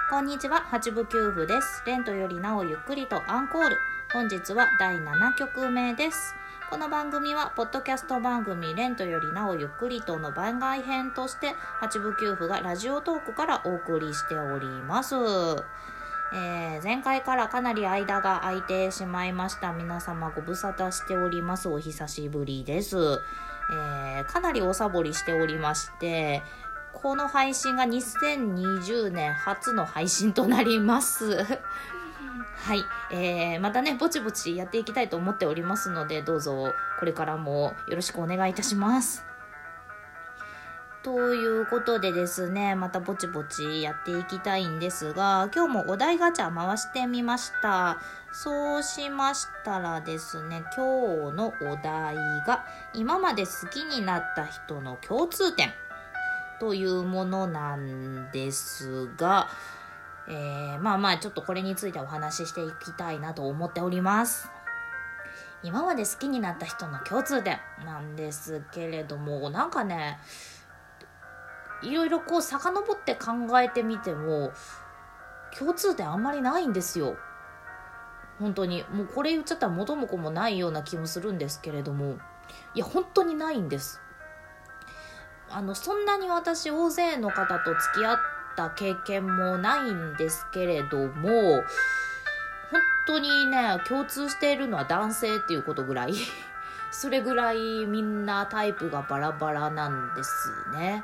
こんにちは、八部九夫です。レントよりなおゆっくりとアンコール。本日は第7曲目です。この番組はポッドキャスト番組レントよりなおゆっくりとの番外編として八部九夫がラジオトークからお送りしております。前回からかなり間が空いてしまいました。皆様ご無沙汰しております。お久しぶりです。かなりおサボりしておりまして、この配信が2020年初の配信となりますはい、またねぼちぼちやっていきたいと思っておりますので、どうぞこれからもよろしくお願いいたします。ということでですね、またぼちぼちやっていきたいんですが、今日もお題ガチャ回してみました。そうしましたらですね、今日のお題が今まで好きになった人の共通点というものなんですが、ちょっとこれについてお話ししていきたいなと思っております。今まで好きになった人の共通点なんですけれども、なんかね、いろいろこう遡って考えてみても共通点あんまりないんですよ。本当にもうこれ言っちゃったら元も子もないような気もするんですけれども、いや本当にないんです。そんなに私大勢の方と付き合った経験もないんですけれども、本当にね共通しているのは男性っていうことぐらいそれぐらいみんなタイプがバラバラなんですね。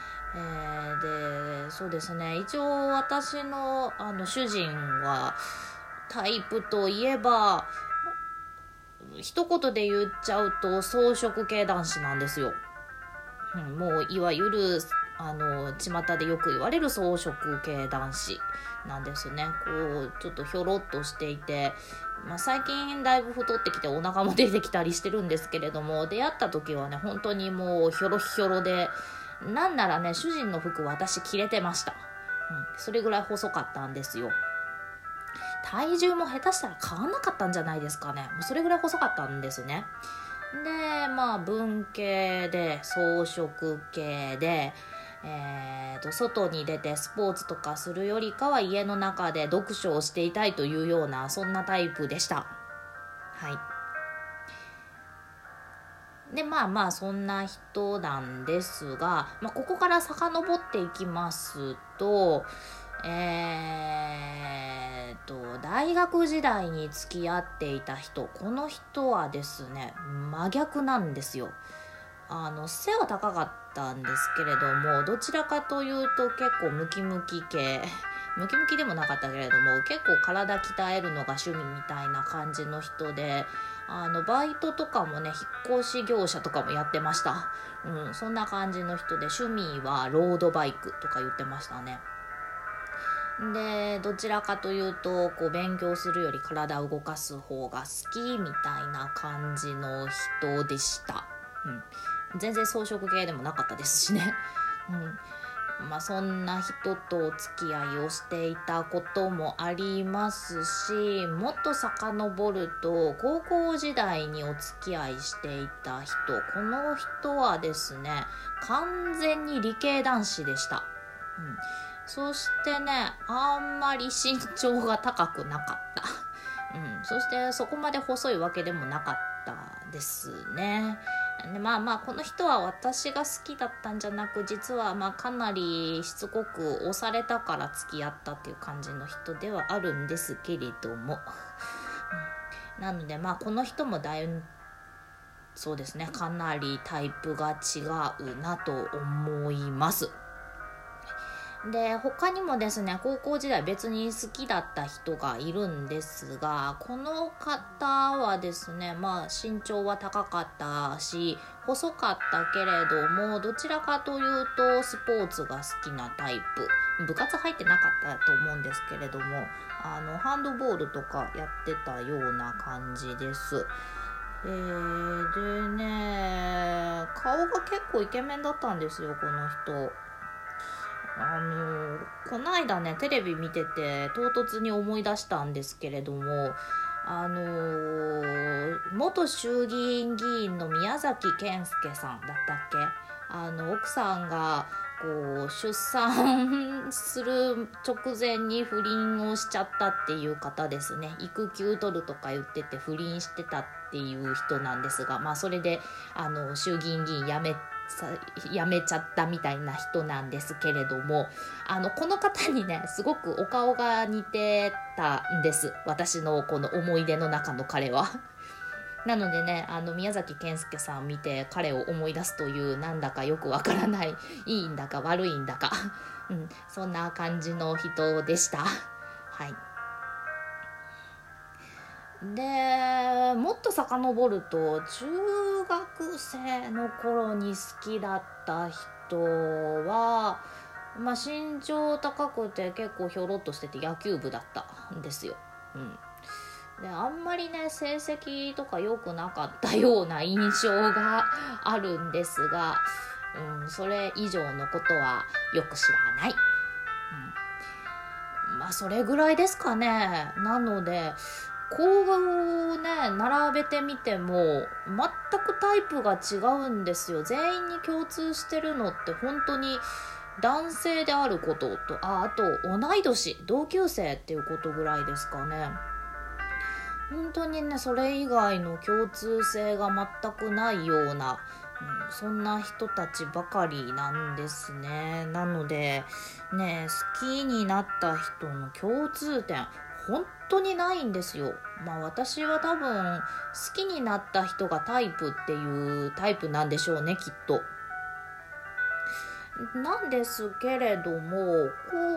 でそうですね、一応私の主人はタイプといえば一言で言っちゃうと草食系男子なんですよ。もういわゆる巷でよく言われる草食系男子なんですね。こうちょっとひょろっとしていて、最近だいぶ太ってきてお腹も出てきたりしてるんですけれども、出会った時はね本当にもうひょろひょろで、なんならね主人の服私着れてました、それぐらい細かったんですよ。体重も下手したら変わんなかったんじゃないですかね。もうそれぐらい細かったんですね。で文系で草食系で、外に出てスポーツとかするよりかは家の中で読書をしていたいというようなそんなタイプでした。でそんな人なんですが、ここから遡っていきますと、大学時代に付き合っていた人、この人はですね真逆なんですよ。背は高かったんですけれども、どちらかというと結構ムキムキ系ムキムキでもなかったけれども結構体鍛えるのが趣味みたいな感じの人で、バイトとかもね引っ越し業者とかもやってました。そんな感じの人で、趣味はロードバイクとか言ってましたね。でどちらかというとこう勉強するより体を動かす方が好きみたいな感じの人でした。全然草食系でもなかったですしね。そんな人とお付き合いをしていたこともありますし、もっと遡ると高校時代にお付き合いしていた人、この人はですね完全に理系男子でした。そしてねあんまり身長が高くなかったそしてそこまで細いわけでもなかったですね。でこの人は私が好きだったんじゃなく、実はかなりしつこく押されたから付き合ったっていう感じの人ではあるんですけれども、なのでこの人もそうですねかなりタイプが違うなと思います。で他にもですね高校時代別に好きだった人がいるんですが、この方はですね身長は高かったし細かったけれども、どちらかというとスポーツが好きなタイプ、部活入ってなかったと思うんですけれども、ハンドボールとかやってたような感じです。でね顔が結構イケメンだったんですよこの人。この間ねテレビ見てて唐突に思い出したんですけれども、元衆議院議員の宮崎謙介さんだったっけ、奥さんがこう出産する直前に不倫をしちゃったっていう方ですね。育休取るとか言ってて不倫してたっていう人なんですが、それで衆議院議員辞めちゃったみたいな人なんですけれども、この方にねすごくお顔が似てたんです、私のこの思い出の中の彼は。なのでね、宮崎健介さん見て彼を思い出すという、なんだかよくわからない、いいんだか悪いんだかそんな感じの人でした。はい。でもっと遡ると、中学生の頃に好きだった人は、身長高くて結構ひょろっとしてて野球部だったんですよ。であんまりね成績とか良くなかったような印象があるんですが、それ以上のことはよく知らない。それぐらいですかね。なのでこうね並べてみても全くタイプが違うんですよ。全員に共通してるのって本当に男性であることと、あと同い年同級生っていうことぐらいですかね。本当にねそれ以外の共通性が全くないような、そんな人たちばかりなんですね。なのでね、好きになった人の共通点本当にないんですよ。私は多分好きになった人がタイプっていうタイプなんでしょうね、きっと。なんですけれども、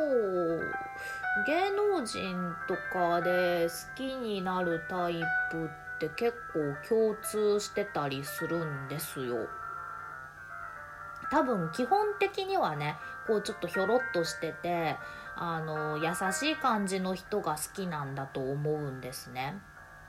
芸能人とかで好きになるタイプって結構共通してたりするんですよ。多分基本的にはねちょっとひょろっとしてて優しい感じの人が好きなんだと思うんですね。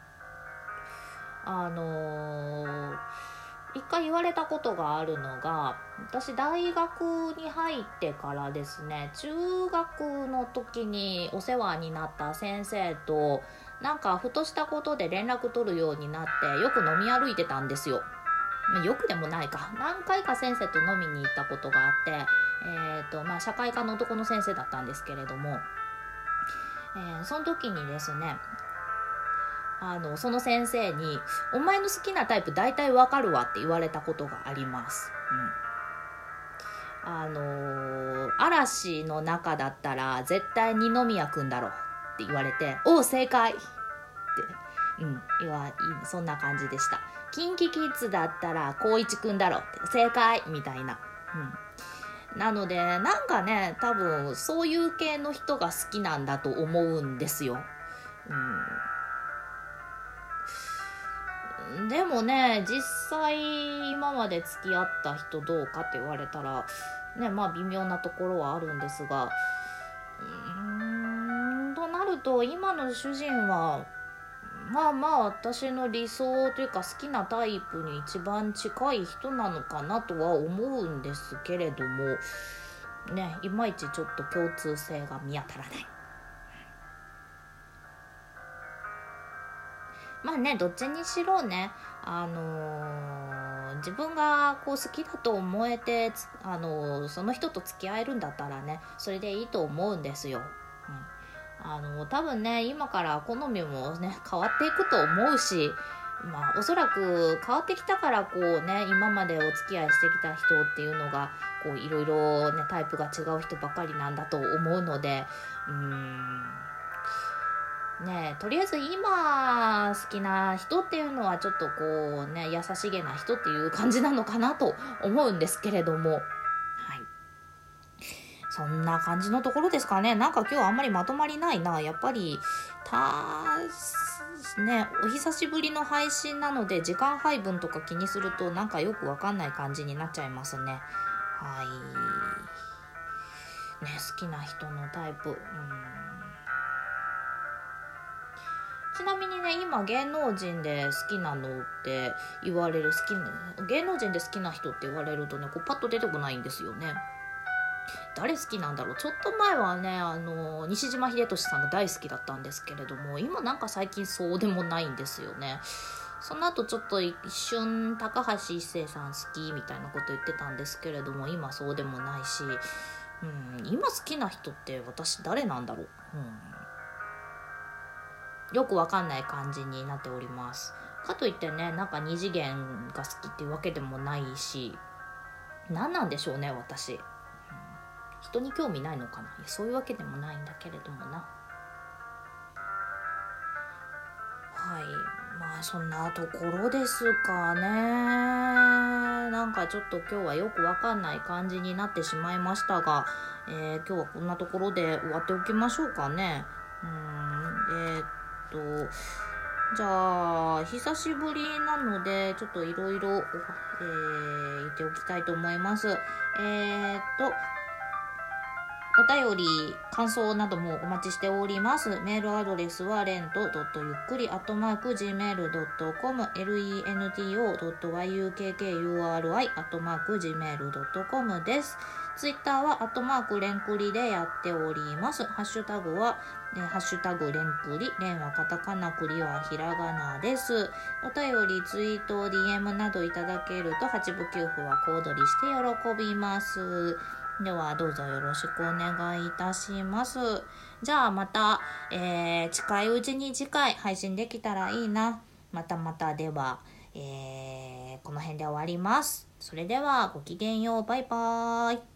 一回言われたことがあるのが、私大学に入ってからですね、中学の時にお世話になった先生となんかふとしたことで連絡取るようになってよく飲み歩いてたんですよ。よくでもないか、何回か先生と飲みに行ったことがあって、社会科の男の先生だったんですけれども、その時にですねその先生にお前の好きなタイプ大体わかるわって言われたことがあります。嵐の中だったら絶対二宮くんだろって言われて、おう正解って、そんな感じでした。キンキキッズだったら光一くんだろって正解みたいな、なのでなんかね多分そういう系の人が好きなんだと思うんですよ。でもね実際今まで付き合った人どうかって言われたらね微妙なところはあるんですが、となると今の主人は私の理想というか好きなタイプに一番近い人なのかなとは思うんですけれどもね、いまいちちょっと共通性が見当たらない。どっちにしろね、自分が好きだと思えてその人と付き合えるんだったらねそれでいいと思うんですよ。多分ね今から好みもね変わっていくと思うし、おそらく変わってきたから今までお付き合いしてきた人っていうのがいろいろねタイプが違う人ばかりなんだと思うので、とりあえず今好きな人っていうのはちょっと優しげな人っていう感じなのかなと思うんですけれども、そんな感じのところですかね。なんか今日あんまりまとまりないな。やっぱりお久しぶりの配信なので時間配分とか気にするとなんかよくわかんない感じになっちゃいますね。好きな人のタイプ、ちなみにね今芸能人で好きなのって言われる芸能人で好きな人って言われるとねパッと出てこないんですよね。誰好きなんだろう。ちょっと前はね西島秀俊さんが大好きだったんですけれども、今なんか最近そうでもないんですよね。 その後ちょっと一瞬高橋一生さん好きみたいなこと言ってたんですけれども、今そうでもないし、今好きな人って私誰なんだろう、よくわかんない感じになっております。かといってね、なんか二次元が好きっていうわけでもないし、何なんでしょうね私、人に興味ないのかな。いや、そういうわけでもないんだけれどもな。はい、まあそんなところですかね。なんかちょっと今日はよくわかんない感じになってしまいましたが、今日はこんなところで終わっておきましょうかね。じゃあ久しぶりなのでちょっといろいろ言っておきたいと思います。お便り、感想などもお待ちしております。メールアドレスはlento.yukkuri@gmail.com lento.yukkuri@gmail.com です。ツイッターはレンクリでやっております。ハッシュタグはハッシュタグレンクリ、レンはカタカナ、クリはひらがなです。お便り、ツイート、DM などいただけると八部九符は小躍りして喜びます。ではどうぞよろしくお願いいたします。じゃあまた、近いうちに次回配信できたらいいな。またでは、この辺で終わります。それではごきげんよう。バイバーイ。